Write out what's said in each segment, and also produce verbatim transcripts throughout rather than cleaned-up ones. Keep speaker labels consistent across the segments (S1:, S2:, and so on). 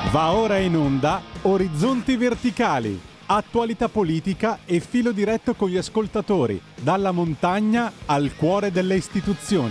S1: Va ora in onda Orizzonti Verticali, attualità politica e filo diretto con gli ascoltatori, dalla montagna al cuore delle istituzioni.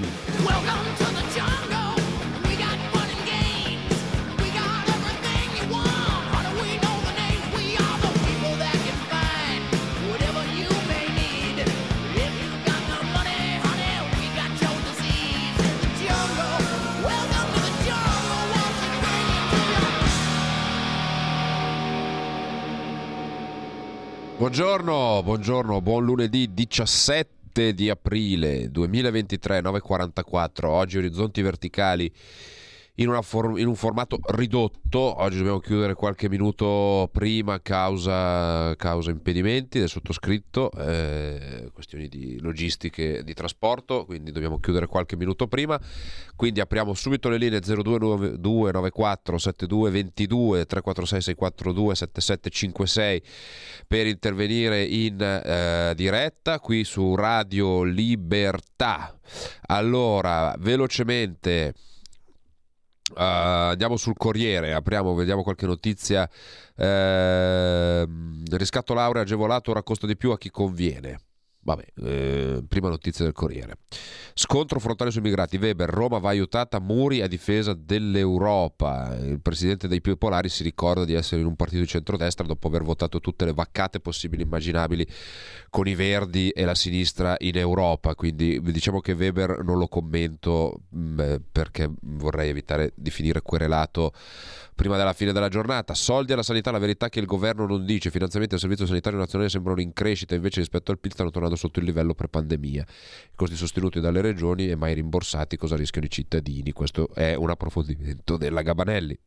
S2: Buongiorno, buongiorno, buon lunedì diciassette di aprile duemilaventitré, nove e quarantaquattro. Oggi Orizzonti Verticali in, una for- in un formato ridotto. Oggi dobbiamo chiudere qualche minuto prima causa, causa impedimenti del sottoscritto, eh, questioni di logistiche di trasporto, quindi dobbiamo chiudere qualche minuto prima. Quindi apriamo subito le linee zero due due nove quattro sette due due due tre quattro sei sei quattro due sette sette cinque sei per intervenire in eh, diretta qui su Radio Libertà. Allora, velocemente Uh, andiamo sul Corriere, apriamo, vediamo qualche notizia. Uh, riscatto laurea agevolato, ora costa di più a chi conviene. Vabbè, eh, prima notizia del Corriere. Scontro frontale sui immigrati. Weber, Roma va aiutata, muri a difesa dell'Europa. Il presidente dei Popolari si ricorda di essere in un partito di centrodestra dopo aver votato tutte le vaccate possibili e immaginabili con i Verdi e la sinistra in Europa. Quindi diciamo che Weber non lo commento mh, perché vorrei evitare di finire querelato prima della fine della giornata. Soldi alla sanità, la verità che il governo non dice. Finanziamenti al servizio sanitario nazionale sembrano in crescita, invece rispetto al P I L stanno tornando sotto il livello pre-pandemia. I costi sostenuti dalle regioni e mai rimborsati, cosa rischiano i cittadini? Questo è un approfondimento della Gabanelli.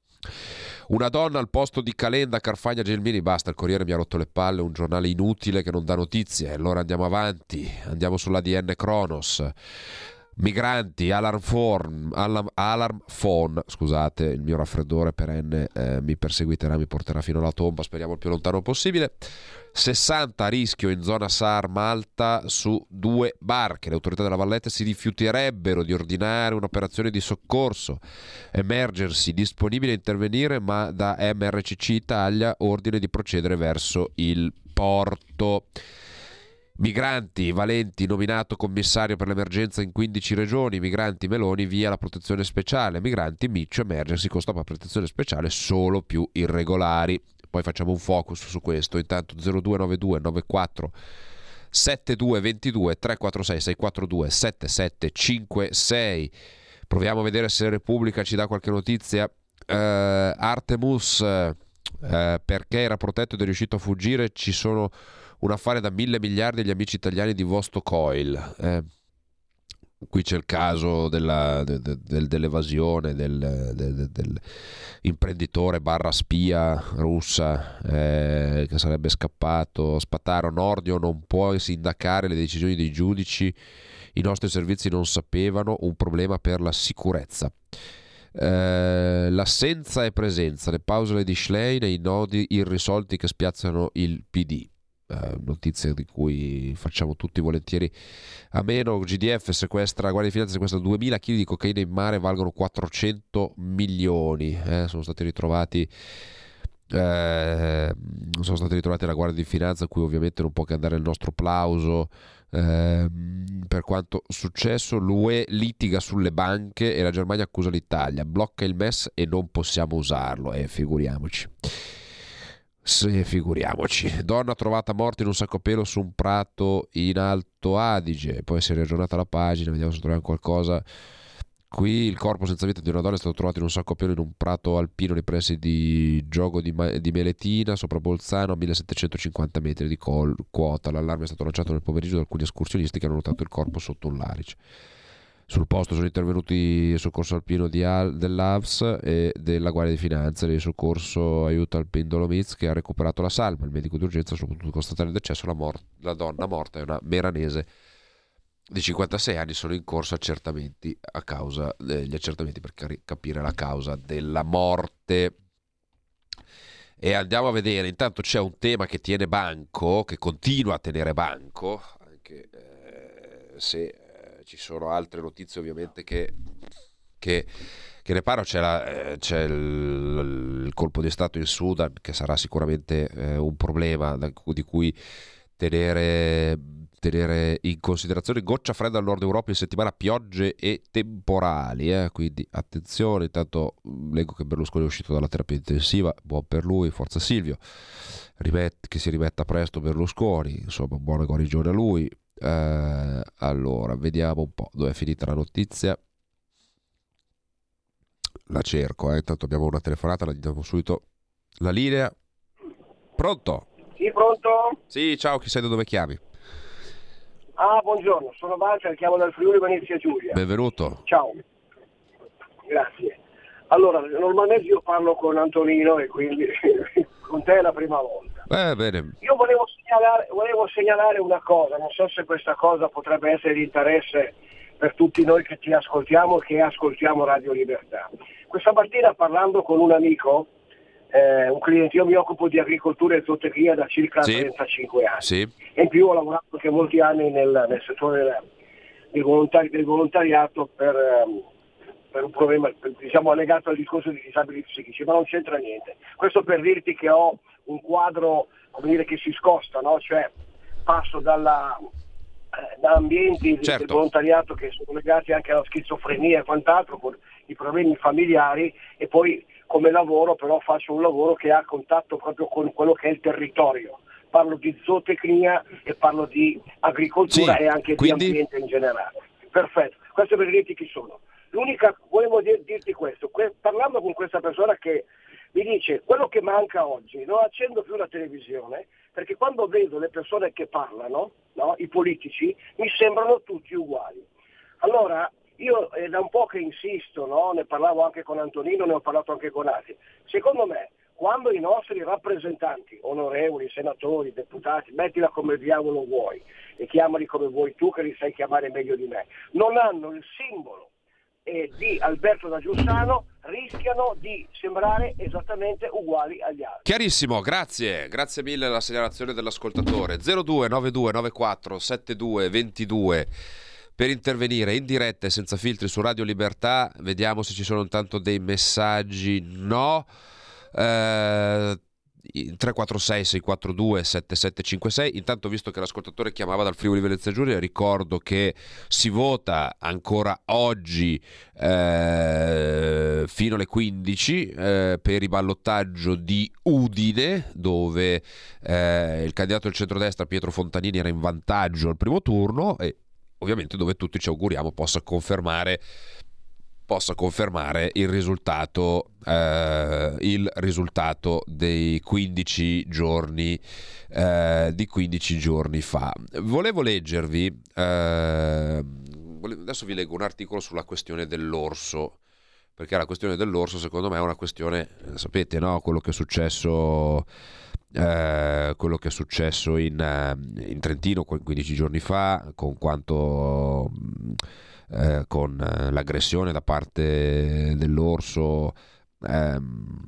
S2: Una donna al posto di Calenda, Carfagna, Gelmini, basta, il Corriere mi ha rotto le palle, un giornale inutile che non dà notizie. Allora andiamo avanti, andiamo sull'A D N Cronos. Migranti, alarm phone, alarm, alarm phone, scusate, il mio raffreddore perenne eh, mi perseguiterà, mi porterà fino alla tomba, speriamo il più lontano possibile. sessanta a rischio in zona S A R Malta su due barche. Le autorità della Valletta si rifiuterebbero di ordinare un'operazione di soccorso. Emergency, disponibile a intervenire, ma da M R C C Italia ordine di procedere verso il porto. Migranti, Valenti nominato commissario per l'emergenza in quindici regioni. Migranti, Meloni via la protezione speciale. Migranti, Miccio, emergency, costa per protezione speciale solo più irregolari. Poi facciamo un focus su questo. Intanto zero due nove due nove quattro sette due due due tre quattro sei sei quattro due sette sette cinque sei. Proviamo a vedere se Repubblica ci dà qualche notizia. uh, Artemus, uh, perché era protetto ed è riuscito a fuggire, ci sono un affare da mille miliardi agli amici italiani di Vostok Oil. Eh, qui c'è il caso della, de, de, de, dell'evasione del, de, de, del imprenditore barra spia russa eh, che sarebbe scappato. Spataro, Nordio non può sindacare le decisioni dei giudici, i nostri servizi non sapevano, un problema per la sicurezza. Eh, l'assenza e presenza, le pause di Schlein e i nodi irrisolti che spiazzano il P D. Uh, notizia di cui facciamo tutti volentieri a meno. G D F sequestra, Guardia di Finanza sequestra duemila chili di cocaina in mare, valgono quattrocento milioni. Eh, sono stati ritrovati eh, sono stati ritrovati la Guardia di Finanza, a cui ovviamente non può che andare il nostro plauso eh, per quanto successo. L'U E litiga sulle banche e la Germania accusa l'Italia, blocca il M E S e non possiamo usarlo, e eh, figuriamoci. Sì, figuriamoci. Donna trovata morta in un sacco a pelo su un prato in Alto Adige. Poi si è riaggiornata la pagina, vediamo se troviamo qualcosa. Qui il corpo senza vita di una donna è stato trovato in un sacco a pelo in un prato alpino nei pressi di Giogo di, Ma- di Meletina, sopra Bolzano, a millesettecentocinquanta metri di col- quota. L'allarme è stato lanciato nel pomeriggio da alcuni escursionisti che hanno notato il corpo sotto un larice. Sul posto sono intervenuti il soccorso alpino di Al- dell'A V S e della Guardia di Finanza. Il soccorso aiuta Alpin Dolomiz, che ha recuperato la salma. Il medico d'urgenza ha potuto constatare il decesso. La, mor- la donna morta è una meranese di cinquantasei anni. Sono in corso accertamenti a causa degli accertamenti per car- capire la causa della morte. E andiamo a vedere, intanto c'è un tema che tiene banco, che continua a tenere banco, anche eh, se ci sono altre notizie ovviamente che, che, che ne parlo, c'è, la, eh, c'è il, il colpo di stato in Sudan, che sarà sicuramente eh, un problema da, di cui tenere, tenere in considerazione. Goccia fredda al nord Europa in settimana, piogge e temporali, eh? Quindi attenzione. Intanto leggo che Berlusconi è uscito dalla terapia intensiva, buon per lui, forza Silvio, Rimet, che si rimetta presto Berlusconi, insomma buona guarigione a lui. Eh, allora vediamo un po' dove è finita la notizia, la cerco, eh. Intanto abbiamo una telefonata, la diamo subito la linea. Pronto?
S3: Sì, pronto?
S2: Sì, ciao, chi sei, da dove chiami?
S3: Ah, buongiorno, sono Valcia, chiamo dal Friuli Venezia Giulia.
S2: Benvenuto.
S3: Ciao. Grazie. Allora, normalmente io parlo con Antonino e quindi con te è la prima volta.
S2: Eh, bene.
S3: Io volevo segnalare, volevo segnalare una cosa, non so se questa cosa potrebbe essere di interesse per tutti noi che ti ascoltiamo e che ascoltiamo Radio Libertà. Questa mattina parlando con un amico, eh, un cliente, io mi occupo di agricoltura e zootecnia da circa
S2: sì.
S3: trentacinque anni,
S2: sì.
S3: E in più ho lavorato anche molti anni nel, nel settore del, del, volontari, del volontariato per, um, per un problema, diciamo, legato al discorso di disabili psichici, ma non c'entra niente. Questo per dirti che ho un quadro, come dire, che si scosta, no? Cioè passo dalla, eh, da ambienti
S2: certo.
S3: del volontariato che sono legati anche alla schizofrenia e quant'altro, con i problemi familiari, e poi come lavoro però faccio un lavoro che ha contatto proprio con quello che è il territorio. Parlo di zootecnia e parlo di agricoltura
S2: sì,
S3: e anche
S2: quindi...
S3: di ambiente in generale. Perfetto, questo per dirti chi sono. L'unica, volevo dir, dirti questo, que- parlando con questa persona che mi dice quello che manca oggi, non accendo più la televisione perché quando vedo le persone che parlano, no, i politici, mi sembrano tutti uguali. Allora io è da un po' che insisto, no? Ne parlavo anche con Antonino, ne ho parlato anche con altri. Secondo me, quando i nostri rappresentanti, onorevoli, senatori, deputati, mettila come diavolo vuoi e chiamali come vuoi tu che li sai chiamare meglio di me, non hanno il simbolo eh, di Alberto da Giussano, rischiano di sembrare esattamente uguali agli altri.
S2: Chiarissimo, grazie, grazie mille alla segnalazione dell'ascoltatore. zero due nove due nove quattro sette due due due per intervenire in diretta e senza filtri su Radio Libertà. Vediamo se ci sono intanto dei messaggi. No. Eh, tre quattro sei sei quattro due sette sette cinque sei. Intanto, visto che l'ascoltatore chiamava dal Friuli Venezia Giulia, ricordo che si vota ancora oggi eh, fino alle quindici eh, per il ballottaggio di Udine, dove eh, il candidato del centrodestra Pietro Fontanini era in vantaggio al primo turno, e ovviamente dove tutti ci auguriamo possa confermare possa confermare il risultato eh, il risultato dei quindici giorni eh, di quindici giorni fa. Volevo leggervi eh, adesso vi leggo un articolo sulla questione dell'orso, perché la questione dell'orso secondo me è una questione, sapete, no, quello che è successo Eh, quello che è successo in, in Trentino quindici giorni fa, con quanto eh, con l'aggressione da parte dell'orso ehm,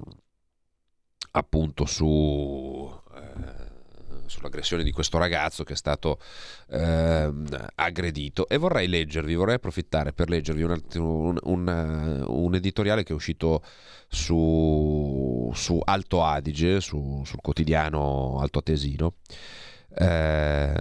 S2: appunto su eh, sull'aggressione di questo ragazzo che è stato eh, aggredito. E vorrei leggervi, vorrei approfittare per leggervi un, un, un, un editoriale che è uscito su, su Alto Adige, su, sul quotidiano altoatesino, eh,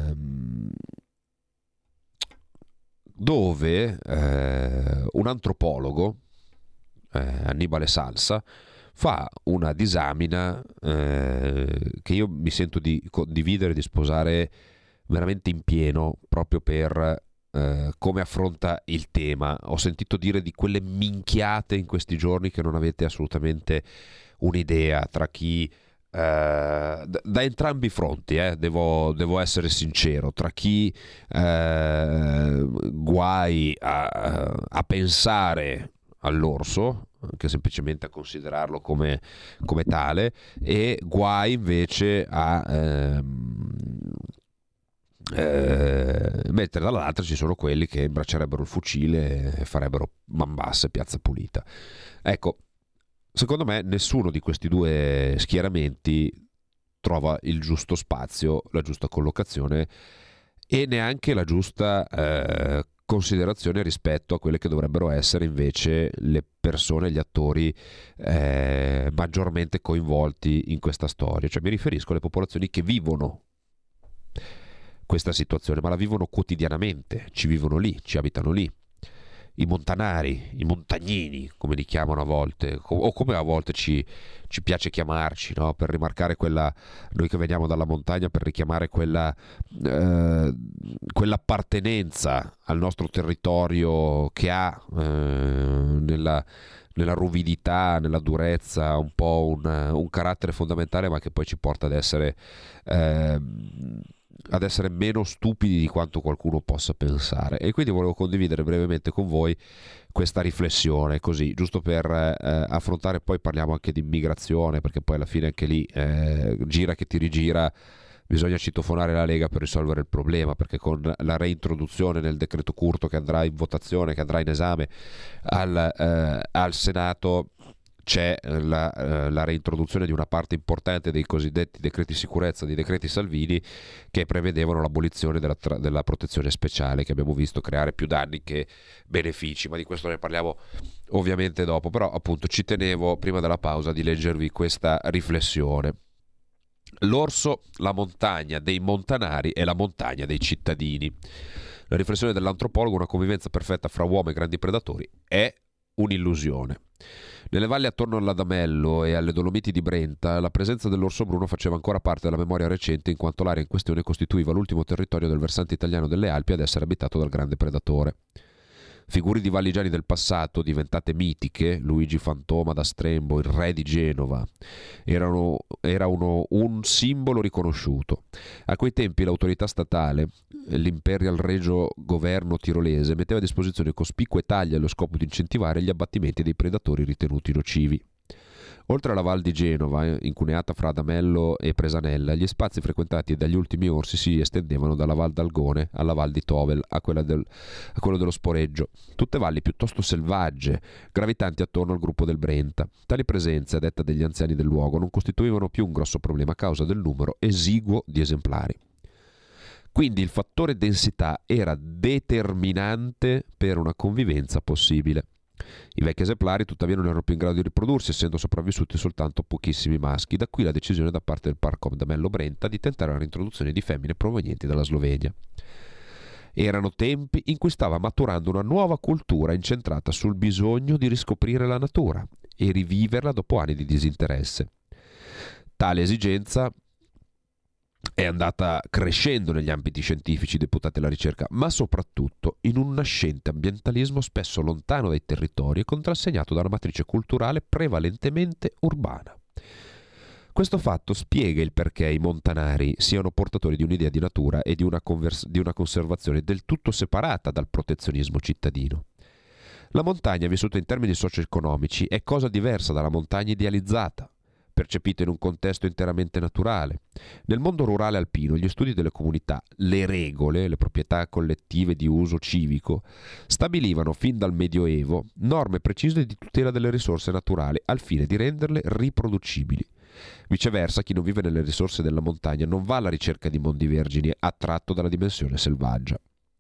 S2: dove eh, un antropologo, eh, Annibale Salsa, fa una disamina eh, che io mi sento di condividere, di sposare veramente in pieno, proprio per eh, come affronta il tema. Ho sentito dire di quelle minchiate in questi giorni che non avete assolutamente un'idea, tra chi eh, da entrambi i fronti, eh, devo, devo essere sincero, tra chi eh, guai a, a pensare all'orso, che semplicemente a considerarlo come, come tale, e guai invece a ehm, eh, mentre dall'altra ci sono quelli che imbraccerebbero il fucile e farebbero man basse, piazza pulita. Ecco, secondo me nessuno di questi due schieramenti trova il giusto spazio, la giusta collocazione e neanche la giusta eh, considerazione rispetto a quelle che dovrebbero essere invece le persone, gli attori eh, maggiormente coinvolti in questa storia. Cioè mi riferisco alle popolazioni che vivono questa situazione, ma la vivono quotidianamente, ci vivono lì, ci abitano lì. I montanari, i montagnini, come li chiamano a volte, o come a volte ci, ci piace chiamarci, no? Per rimarcare quella, noi che veniamo dalla montagna, per richiamare quella, eh, quell'appartenenza al nostro territorio che ha eh, nella, nella ruvidità, nella durezza, un po' un, un carattere fondamentale, ma che poi ci porta ad essere... Eh, ad essere meno stupidi di quanto qualcuno possa pensare. E quindi volevo condividere brevemente con voi questa riflessione, così giusto per eh, affrontare. Poi parliamo anche di immigrazione, perché poi alla fine anche lì eh, gira che ti rigira, bisogna citofonare la Lega per risolvere il problema, perché con la reintroduzione nel decreto Curto che andrà in votazione, che andrà in esame al, eh, al Senato, c'è la, eh, la reintroduzione di una parte importante dei cosiddetti decreti sicurezza, dei decreti Salvini, che prevedevano l'abolizione della, tra- della protezione speciale, che abbiamo visto creare più danni che benefici, ma di questo ne parliamo ovviamente dopo. Però appunto ci tenevo prima della pausa di leggervi questa riflessione. L'orso, la montagna dei montanari e la montagna dei cittadini. La riflessione dell'antropologo: una convivenza perfetta fra uomo e grandi predatori è un'illusione. Nelle valli attorno all'Adamello e alle Dolomiti di Brenta la presenza dell'orso bruno faceva ancora parte della memoria recente, in quanto l'area in questione costituiva l'ultimo territorio del versante italiano delle Alpi ad essere abitato dal grande predatore. Figure di valligiani del passato diventate mitiche, Luigi Fantoma da Strembo, il re di Genova, erano, era uno, un simbolo riconosciuto. A quei tempi l'autorità statale, l'Imperial Regio Governo tirolese, metteva a disposizione cospicue taglie allo scopo di incentivare gli abbattimenti dei predatori ritenuti nocivi. Oltre alla Val di Genova, incuneata fra Adamello e Presanella, gli spazi frequentati dagli ultimi orsi si estendevano dalla Val d'Algone alla Val di Tovel a, quella del, a quello dello Sporeggio, tutte valli piuttosto selvagge, gravitanti attorno al gruppo del Brenta. Tali presenze, a detta degli anziani del luogo, non costituivano più un grosso problema a causa del numero esiguo di esemplari. Quindi il fattore densità era determinante per una convivenza possibile. I vecchi esemplari tuttavia non erano più in grado di riprodursi, essendo sopravvissuti soltanto pochissimi maschi. Da qui la decisione da parte del Parcom Adamello Brenta di tentare la reintroduzione di femmine provenienti dalla Slovenia. Erano tempi in cui stava maturando una nuova cultura incentrata sul bisogno di riscoprire la natura e riviverla dopo anni di disinteresse. Tale esigenza è andata crescendo negli ambiti scientifici deputati alla ricerca, ma soprattutto in un nascente ambientalismo spesso lontano dai territori e contrassegnato da una matrice culturale prevalentemente urbana. Questo fatto spiega il perché i montanari siano portatori di un'idea di natura e di una, convers- di una conservazione del tutto separata dal protezionismo cittadino. La montagna, vissuta in termini socio-economici, è cosa diversa dalla montagna idealizzata, percepito in un contesto interamente naturale. Nel mondo rurale alpino gli studi delle comunità, le regole, le proprietà collettive di uso civico, stabilivano fin dal Medioevo norme precise di tutela delle risorse naturali al fine di renderle riproducibili. Viceversa, chi non vive nelle risorse della montagna non va alla ricerca di mondi vergini attratto dalla dimensione selvaggia.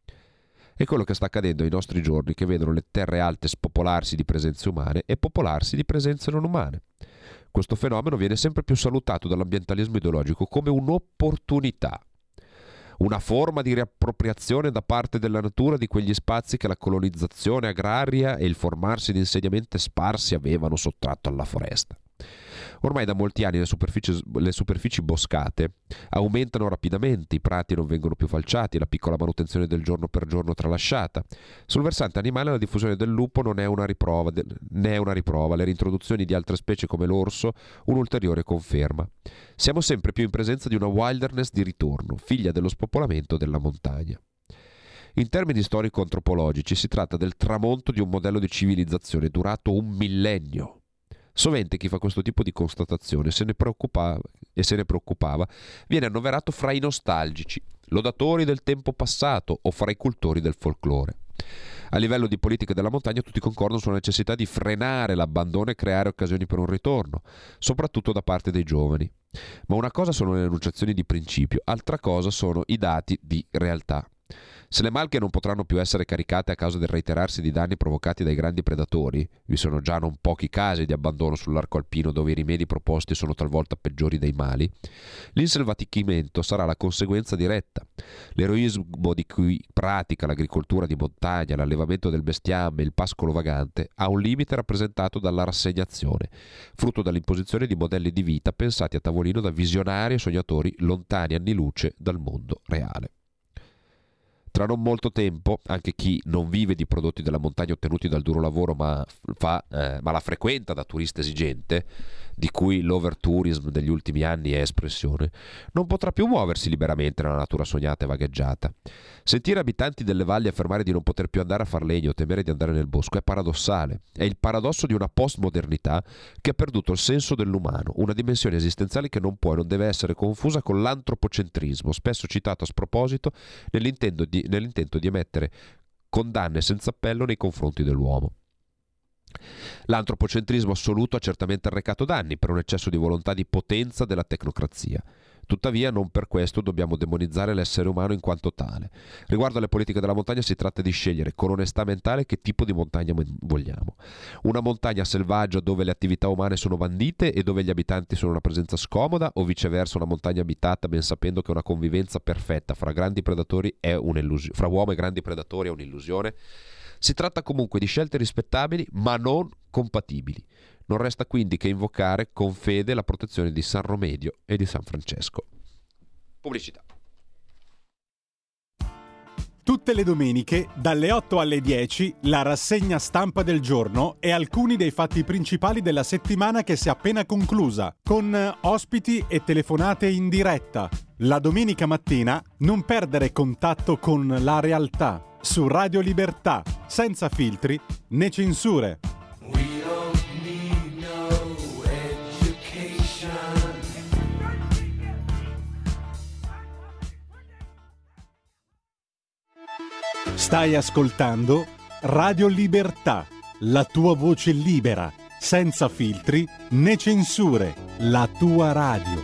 S2: È quello che sta accadendo ai nostri giorni, che vedono le terre alte spopolarsi di presenze umane e popolarsi di presenze non umane. Questo fenomeno viene sempre più salutato dall'ambientalismo ideologico come un'opportunità, una forma di riappropriazione da parte della natura di quegli spazi che la colonizzazione agraria e il formarsi di insediamenti sparsi avevano sottratto alla foresta. Ormai da molti anni le superfici, le superfici boscate aumentano rapidamente, i prati non vengono più falciati, la piccola manutenzione del giorno per giorno tralasciata. Sul versante animale la diffusione del lupo non è una riprova, ne è una riprova, le reintroduzioni di altre specie come l'orso un'ulteriore conferma. Siamo sempre più in presenza di una wilderness di ritorno, figlia dello spopolamento della montagna. In termini storico-antropologici si tratta del tramonto di un modello di civilizzazione durato un millennio. Sovente chi fa questo tipo di constatazione se ne preoccupava, e se ne preoccupava viene annoverato fra i nostalgici, lodatori del tempo passato o fra i cultori del folklore. A livello di politica della montagna tutti concordano sulla necessità di frenare l'abbandono e creare occasioni per un ritorno, soprattutto da parte dei giovani. Ma una cosa sono le enunciazioni di principio, altra cosa sono i dati di realtà. Se le malche non potranno più essere caricate a causa del reiterarsi di danni provocati dai grandi predatori, vi sono già non pochi casi di abbandono sull'arco alpino dove i rimedi proposti sono talvolta peggiori dei mali, l'inselvatichimento sarà la conseguenza diretta. L'eroismo di cui pratica l'agricoltura di montagna, l'allevamento del bestiame, il pascolo vagante, ha un limite rappresentato dalla rassegnazione, frutto dall'imposizione di modelli di vita pensati a tavolino da visionari e sognatori lontani anni luce dal mondo reale. Tra non molto tempo, anche chi non vive di prodotti della montagna ottenuti dal duro lavoro ma, fa, eh, ma la frequenta da turista esigente, di cui l'overtourism degli ultimi anni è espressione, non potrà più muoversi liberamente nella natura sognata e vagheggiata. Sentire abitanti delle valli affermare di non poter più andare a far legno o temere di andare nel bosco è paradossale. È il paradosso di una postmodernità che ha perduto il senso dell'umano, una dimensione esistenziale che non può e non deve essere confusa con l'antropocentrismo, spesso citato a sproposito nell'intento di, nell'intento di emettere condanne senza appello nei confronti dell'uomo. L'antropocentrismo assoluto ha certamente arrecato danni per un eccesso di volontà di potenza della tecnocrazia. Tuttavia non per questo dobbiamo demonizzare l'essere umano in quanto tale. Riguardo alle politiche della montagna si tratta di scegliere con onestà mentale che tipo di montagna vogliamo. Una montagna selvaggia dove le attività umane sono bandite e dove gli abitanti sono una presenza scomoda, o viceversa una montagna abitata ben sapendo che una convivenza perfetta fra grandi predatori è un'illusione, fra uomo e grandi predatori è un'illusione? Si tratta comunque di scelte rispettabili ma non compatibili. Non resta quindi che invocare con fede la protezione di San Romedio e di San Francesco. Pubblicità.
S1: Tutte le domeniche, dalle otto alle dieci, la rassegna stampa del giorno e alcuni dei fatti principali della settimana che si è appena conclusa, con ospiti e telefonate in diretta. La domenica mattina non perdere contatto con la realtà, su Radio Libertà, senza filtri né censure. Stai ascoltando Radio Libertà, la tua voce libera, senza filtri né censure, la tua radio.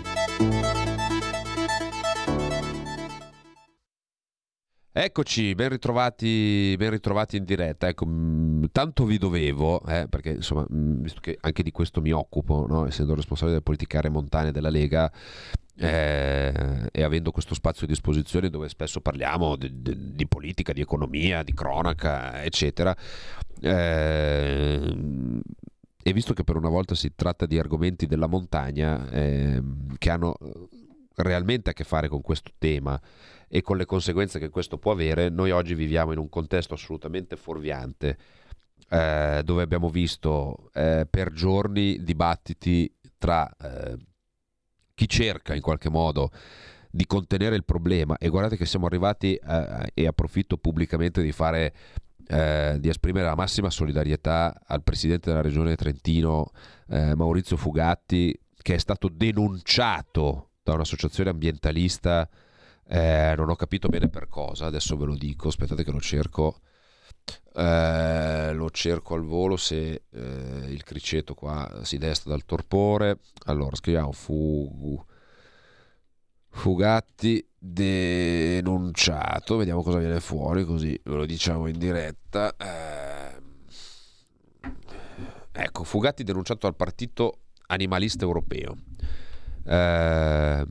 S2: Eccoci, ben ritrovati, ben ritrovati in diretta. Ecco, mh, tanto vi dovevo, eh, perché insomma, mh, visto che anche di questo mi occupo, no? Essendo responsabile delle politiche aree montane della Lega, eh, e avendo questo spazio a disposizione dove spesso parliamo di, di, di politica, di economia, di cronaca, eccetera, eh, e visto che per una volta si tratta di argomenti della montagna eh, che hanno realmente a che fare con questo tema e con le conseguenze che questo può avere, noi oggi viviamo in un contesto assolutamente fuorviante, eh, dove abbiamo visto eh, per giorni dibattiti tra eh, chi cerca in qualche modo di contenere il problema, e guardate che siamo arrivati eh, e approfitto pubblicamente di fare eh, di esprimere la massima solidarietà al presidente della regione Trentino, eh, Maurizio Fugatti, che è stato denunciato da un'associazione ambientalista, eh, non ho capito bene per cosa, adesso ve lo dico, aspettate che lo cerco, eh, lo cerco al volo se eh, il criceto qua si desta dal torpore. Allora scriviamo Fu... Fugatti denunciato, vediamo cosa viene fuori, così ve lo diciamo in diretta. Eh, ecco, Fugatti denunciato al Partito Animalista Europeo. Eh,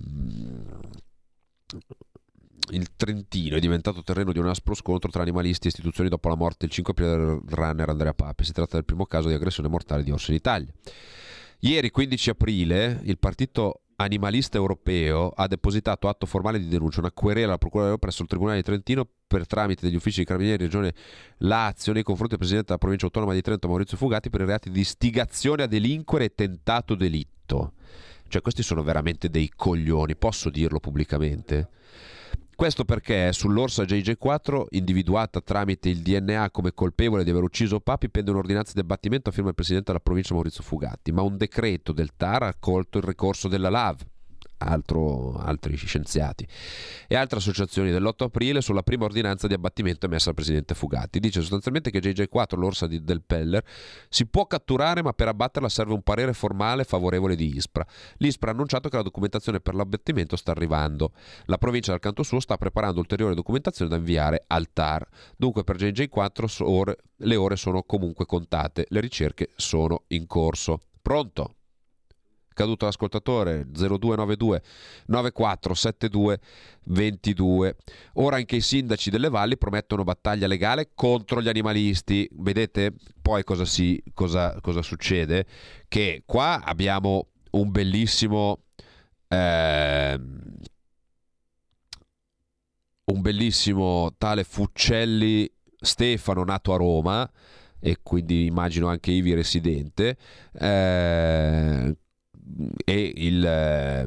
S2: il Trentino è diventato terreno di un aspro scontro tra animalisti e istituzioni dopo la morte il cinque aprile del runner Andrea Pape. Si tratta del primo caso di aggressione mortale di orso in Italia. Ieri quindici aprile il Partito Animalista Europeo ha depositato atto formale di denuncia, una querela alla Procura presso il Tribunale di Trentino per tramite degli uffici di Carabinieri Regione Lazio nei confronti del Presidente della Provincia Autonoma di Trento Maurizio Fugatti per i reati di istigazione a delinquere e tentato delitto. Cioè questi sono veramente dei coglioni, posso dirlo pubblicamente? Questo perché sull'orsa J J quattro, individuata tramite il D N A come colpevole di aver ucciso Papi, pende un'ordinanza di abbattimento a firma del presidente della provincia Maurizio Fugatti, ma un decreto del T A R ha accolto il ricorso della L A V altro, altri scienziati e altre associazioni dell'otto aprile sulla prima ordinanza di abbattimento emessa al presidente Fugatti. Dice sostanzialmente che J J quattro, l'orsa di, del Peller, si può catturare, ma per abbatterla serve un parere formale favorevole di ISPRA. L'ISPRA ha annunciato che la documentazione per l'abbattimento sta arrivando. La provincia dal canto suo sta preparando ulteriore documentazione da inviare al T A R. Dunque per J J quattro ore, le ore sono comunque contate, le ricerche sono in corso. Pronto? Caduto l'ascoltatore zero due nove due nove quattro sette due due due. Ora anche i sindaci delle valli promettono battaglia legale contro gli animalisti. Vedete poi cosa, si, cosa, cosa succede? Che qua abbiamo un bellissimo eh, un bellissimo tale Fuccelli Stefano, nato a Roma e quindi immagino anche ivi residente, eh, e il eh,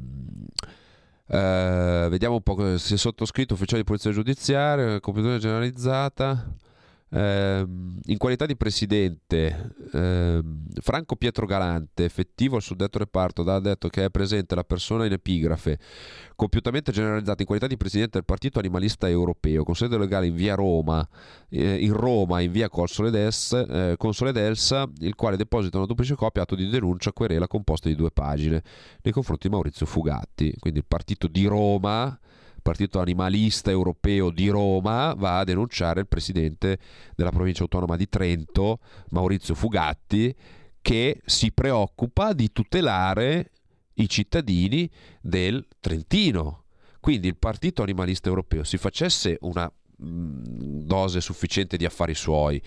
S2: eh, vediamo un po', si è sottoscritto ufficiale di polizia giudiziaria, competizione generalizzata, eh, in qualità di presidente eh, Franco Pietro Galante, effettivo al suddetto reparto, ha detto che è presente la persona in epigrafe compiutamente generalizzata in qualità di presidente del Partito Animalista Europeo con sede legale in via Roma, eh, in Roma in via Console d'Elsa, eh, Console d'Elsa, il quale deposita una duplice copia atto di denuncia querela composta di due pagine nei confronti di Maurizio Fugatti. Quindi il partito di Roma, Partito Animalista Europeo di Roma, va a denunciare il presidente della provincia autonoma di Trento, Maurizio Fugatti, che si preoccupa di tutelare i cittadini del Trentino. Quindi il Partito Animalista Europeo si facesse una mh, dose sufficiente di affari suoi.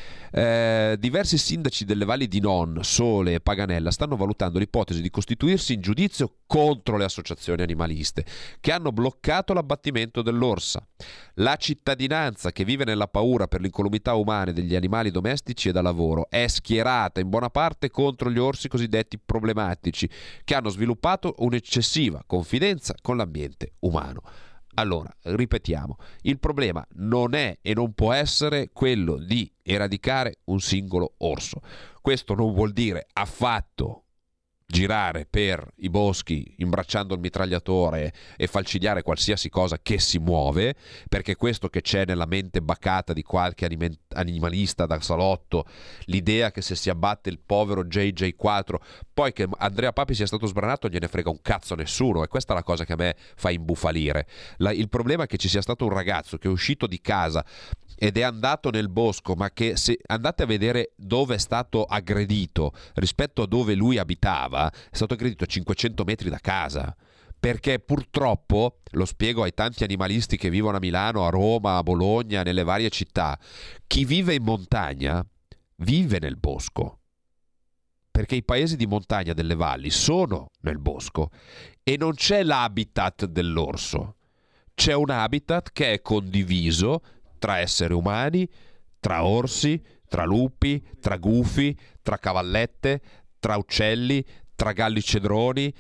S2: Eh, diversi sindaci delle valli di Non, Sole e Paganella stanno valutando l'ipotesi di costituirsi in giudizio contro le associazioni animaliste che hanno bloccato l'abbattimento dell'orsa. La cittadinanza che vive nella paura per l'incolumità umana degli animali domestici e da lavoro è schierata in buona parte contro gli orsi cosiddetti problematici che hanno sviluppato un'eccessiva confidenza con l'ambiente umano. Allora, ripetiamo, il problema non è e non può essere quello di eradicare un singolo orso. Questo non vuol dire affatto girare per i boschi imbracciando il mitragliatore e falcidiare qualsiasi cosa che si muove, perché questo che c'è nella mente bacata di qualche anime- animalista da salotto, l'idea che se si abbatte il povero J J quattro, poi che Andrea Papi sia stato sbranato gliene frega un cazzo nessuno, e questa è la cosa che a me fa imbufalire. La, il problema è che ci sia stato un ragazzo che è uscito di casa ed è andato nel bosco, ma che se andate a vedere dove è stato aggredito rispetto a dove lui abitava, è stato aggredito a cinquecento metri da casa, perché purtroppo, lo spiego ai tanti animalisti che vivono a Milano, a Roma, a Bologna, nelle varie città, chi vive in montagna vive nel bosco, perché i paesi di montagna delle valli sono nel bosco e non c'è l'habitat dell'orso, c'è un habitat che è condiviso tra esseri umani, tra orsi, tra lupi, tra gufi, tra cavallette, tra uccelli, tra galli cedroni,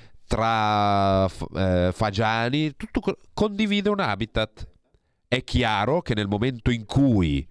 S2: tra eh, fagiani, tutto co- condivide un habitat. È chiaro che nel momento in cui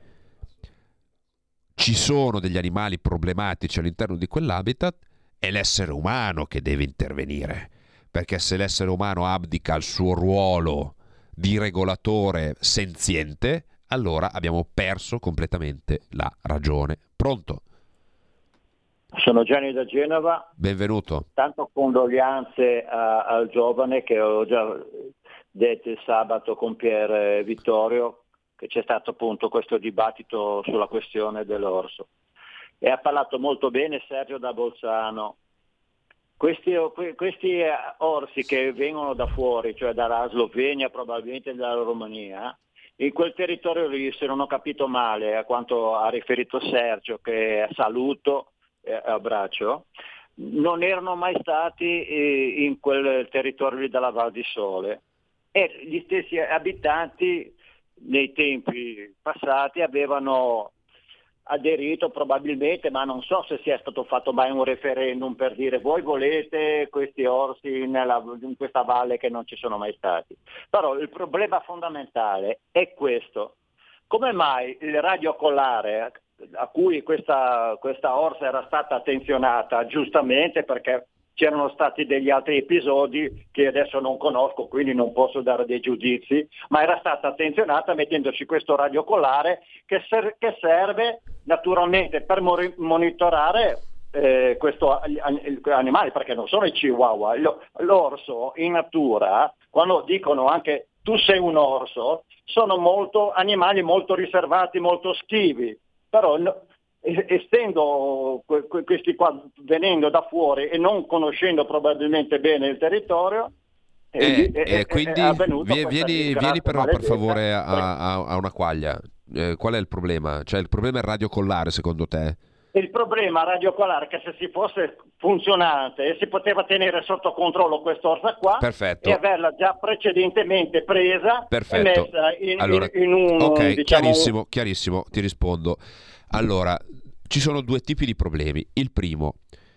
S2: ci sono degli animali problematici all'interno di quell'habitat, è l'essere umano che deve intervenire, perché se l'essere umano abdica al suo ruolo di regolatore senziente, allora abbiamo perso completamente la ragione. Pronto?
S4: Sono Gianni da Genova.
S2: Benvenuto.
S4: Tanto condoglianze a, al giovane che ho già detto il sabato con Pier Vittorio, che c'è stato appunto questo dibattito sulla questione dell'orso. E ha parlato molto bene Sergio da Bolzano. Questi, questi orsi che vengono da fuori, cioè dalla Slovenia, probabilmente dalla Romania, in quel territorio lì, se non ho capito male, a quanto ha riferito Sergio, che saluto e abbraccio, non erano mai stati in quel territorio lì della Val di Sole, e gli stessi abitanti nei tempi passati avevano aderito probabilmente, ma non so se sia stato fatto mai un referendum per dire voi volete questi orsi nella, in questa valle che non ci sono mai stati. Però il problema fondamentale è questo: come mai il radiocollare a cui questa, questa orsa era stata attenzionata, giustamente perché c'erano stati degli altri episodi che adesso non conosco, quindi non posso dare dei giudizi, ma era stata attenzionata mettendoci questo radiocollare che, ser- che serve naturalmente per mori- monitorare eh, questo animale, perché non sono i chihuahua. L'orso in natura, quando dicono anche tu sei un orso, sono molto animali molto riservati, molto schivi, però no, essendo questi qua venendo da fuori e non conoscendo probabilmente bene il territorio,
S2: eh,
S4: è,
S2: eh,
S4: è,
S2: quindi
S4: è avvenuto
S2: vieni, vieni, vieni però per favore a, a, a una quaglia. Eh, qual è il problema? Cioè il problema è il radiocollare secondo te?
S4: Il problema radiocolare è che se si fosse funzionante e si poteva tenere sotto controllo quest'orsa qua,
S2: perfetto,
S4: e averla già precedentemente presa,
S2: perfetto,
S4: e messa in,
S2: allora,
S4: in, in un...
S2: ok,
S4: diciamo,
S2: chiarissimo, chiarissimo, ti rispondo. Allora, ci sono due tipi di problemi. Il primo,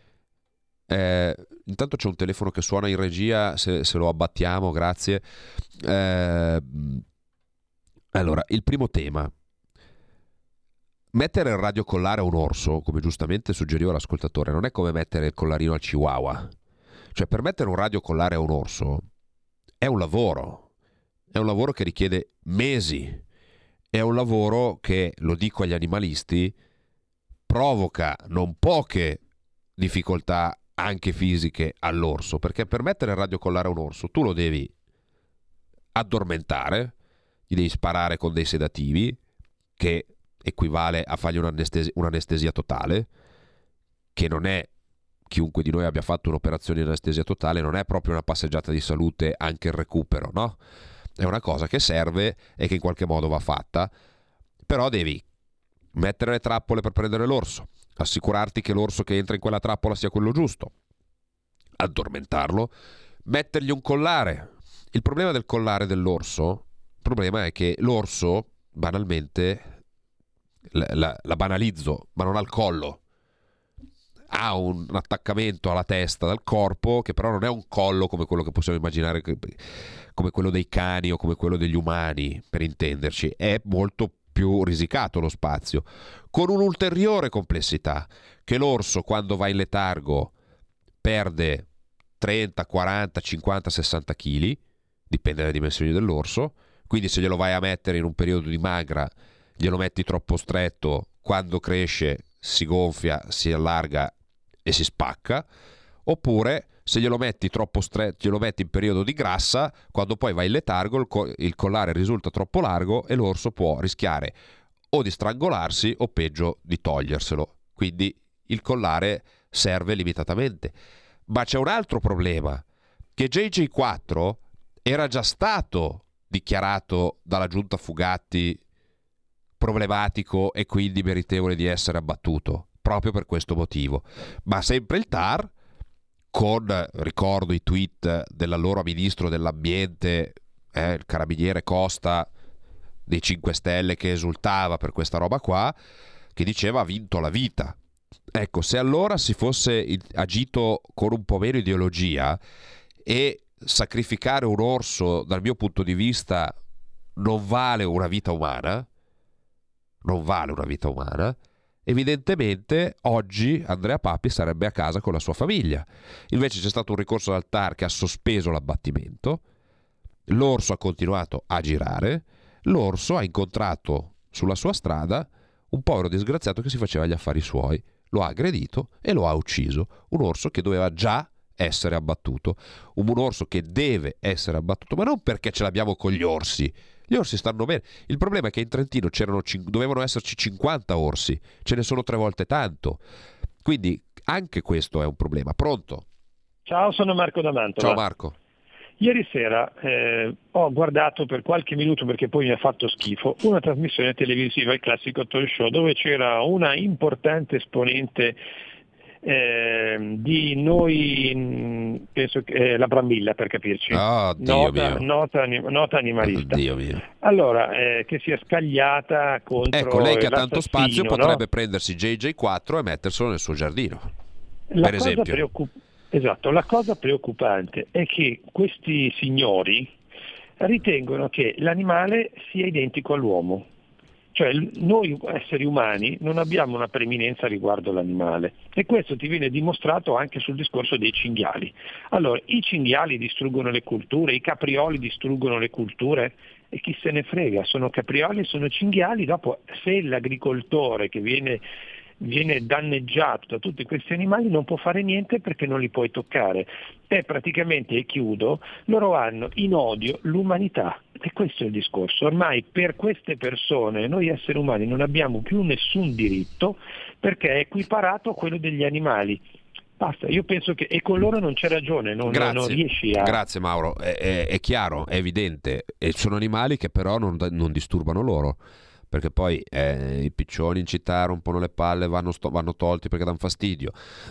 S2: eh, intanto c'è un telefono che suona in regia, se, se lo abbattiamo, grazie. Eh, allora, il primo tema. Mettere il radiocollare a un orso, come giustamente suggeriva l'ascoltatore, non è come mettere il collarino al chihuahua. Cioè, per mettere un radiocollare a un orso è un lavoro. È un lavoro che richiede mesi. È un lavoro che, lo dico agli animalisti, provoca non poche difficoltà anche fisiche all'orso, perché per mettere il radiocollare a un orso tu lo devi addormentare, gli devi sparare con dei sedativi, che equivale a fargli un'anestesia, un'anestesia totale, che non è, chiunque di noi abbia fatto un'operazione di anestesia totale, non è proprio una passeggiata di salute anche il recupero, no? È una cosa che serve e che in qualche modo va fatta, però devi mettere le trappole per prendere l'orso, assicurarti che l'orso che entra in quella trappola sia quello giusto, addormentarlo, mettergli un collare. Il problema del collare dell'orso, il problema è che l'orso, banalmente, la, la, la banalizzo, ma non ha il collo. Ha un attaccamento alla testa dal corpo che però non è un collo come quello che possiamo immaginare, come quello dei cani o come quello degli umani, per intenderci. È molto più risicato lo spazio, con un'ulteriore complessità, che l'orso quando va in letargo perde trenta, quaranta, cinquanta, sessanta chili, dipende dalle dimensioni dell'orso, quindi se glielo vai a mettere in un periodo di magra, glielo metti troppo stretto, quando cresce si gonfia, si allarga e si spacca, oppure se glielo metti troppo stretto, glielo metti in periodo di grassa, quando poi va in letargo il, co- il collare risulta troppo largo e l'orso può rischiare o di strangolarsi o peggio di toglierselo. Quindi il collare serve limitatamente. Ma c'è un altro problema, che J J quattro era già stato dichiarato dalla giunta Fugatti problematico e quindi meritevole di essere abbattuto, proprio per questo motivo. Ma sempre il T A R, con, ricordo i tweet dell'allora ministro dell'ambiente, eh, il carabiniere Costa dei cinque Stelle, che esultava per questa roba qua, che diceva ha vinto la vita. Ecco, se allora si fosse agito con un po' meno ideologia, e sacrificare un orso dal mio punto di vista non vale una vita umana, non vale una vita umana, evidentemente oggi Andrea Papi sarebbe a casa con la sua famiglia. Invece c'è stato un ricorso dal T A R che ha sospeso l'abbattimento, l'orso ha continuato a girare, l'orso ha incontrato sulla sua strada un povero disgraziato che si faceva gli affari suoi, lo ha aggredito e lo ha ucciso, un orso che doveva già essere abbattuto, un orso che deve essere abbattuto, ma non perché ce l'abbiamo con gli orsi. Gli orsi stanno bene. Il problema è che in Trentino c'erano, dovevano esserci cinquanta orsi, ce ne sono tre volte tanto. Quindi anche questo è un problema. Pronto?
S5: Ciao, sono Marco da Mantova.
S2: Ciao Marco.
S5: Ieri sera eh, ho guardato per qualche minuto, perché poi mi ha fatto schifo, una trasmissione televisiva, il classico talk show, dove c'era una importante esponente Eh, di noi, penso che eh, la Brambilla, per capirci,
S2: oh, Dio
S5: nota,
S2: mio.
S5: Nota, nota animalista,
S2: oh, Dio mio.
S5: allora eh, che si è scagliata contro
S2: ecco, lei che ha tanto spazio
S5: no?
S2: potrebbe prendersi J J quattro e metterselo nel suo giardino,
S5: la
S2: per
S5: cosa
S2: esempio
S5: preoccup- esatto, la cosa preoccupante è che questi signori ritengono che l'animale sia identico all'uomo, Cioè noi esseri umani non abbiamo una preeminenza riguardo l'animale, e questo ti viene dimostrato anche sul discorso dei cinghiali. Allora, i cinghiali distruggono le culture, i caprioli distruggono le culture, e chi se ne frega, sono caprioli, sono cinghiali. Dopo, se l'agricoltore che viene viene danneggiato da tutti questi animali non può fare niente perché non li puoi toccare, e praticamente, e chiudo, loro hanno in odio l'umanità, e questo è il discorso. Ormai per queste persone noi esseri umani non abbiamo più nessun diritto, perché è equiparato a quello degli animali. Basta, io penso che, e con loro non c'è ragione, non,
S2: grazie,
S5: non riesci a...
S2: Grazie Mauro, è, è, è chiaro, è evidente, e sono animali che però non, non disturbano loro, perché poi eh, i piccioni in città rompono le palle, vanno, sto, vanno tolti perché danno fastidio,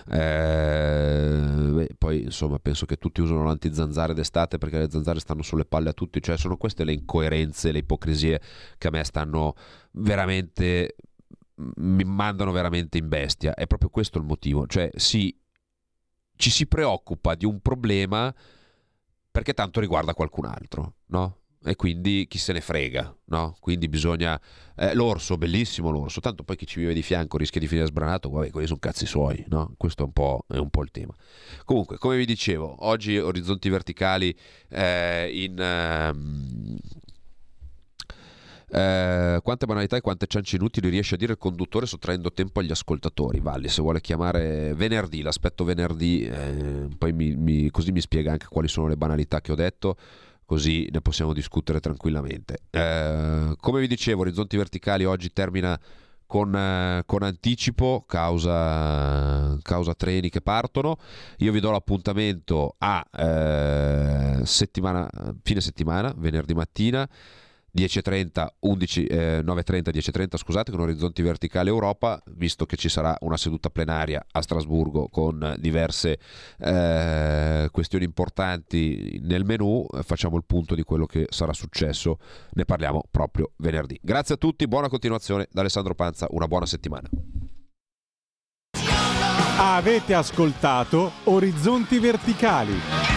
S2: eh, beh, poi insomma penso che tutti usano l'antizanzare d'estate perché le zanzare stanno sulle palle a tutti, cioè sono queste le incoerenze, le ipocrisie che a me stanno veramente, mi mandano veramente in bestia. È proprio questo il motivo, cioè sì, ci si preoccupa di un problema perché tanto riguarda qualcun altro, no? E quindi chi se ne frega, no? Quindi bisogna... Eh, l'orso, bellissimo l'orso, tanto poi chi ci vive di fianco rischia di finire sbranato, vabbè, quelli sono cazzi suoi, no? Questo è un po', è un po' il tema. Comunque, come vi dicevo, oggi Orizzonti Verticali eh, in... Ehm, Eh, quante banalità e quante ciance inutili riesce a dire il conduttore sottraendo tempo agli ascoltatori. Valli, se vuole chiamare venerdì, l'aspetto venerdì, eh, poi mi, mi, così mi spiega anche quali sono le banalità che ho detto, così ne possiamo discutere tranquillamente. Eh, come vi dicevo, Orizzonti Verticali oggi termina con, eh, con anticipo causa, causa treni che partono. Io vi do l'appuntamento a eh, settimana, fine settimana, venerdì mattina dieci e trenta, undici, eh, nove e trenta, dieci e trenta, scusate, con Orizzonti Verticali Europa, visto che ci sarà una seduta plenaria a Strasburgo con diverse eh, questioni importanti nel menù, facciamo il punto di quello che sarà successo, ne parliamo proprio venerdì. Grazie a tutti, buona continuazione da Alessandro Panza, una buona settimana.
S1: Avete ascoltato Orizzonti Verticali.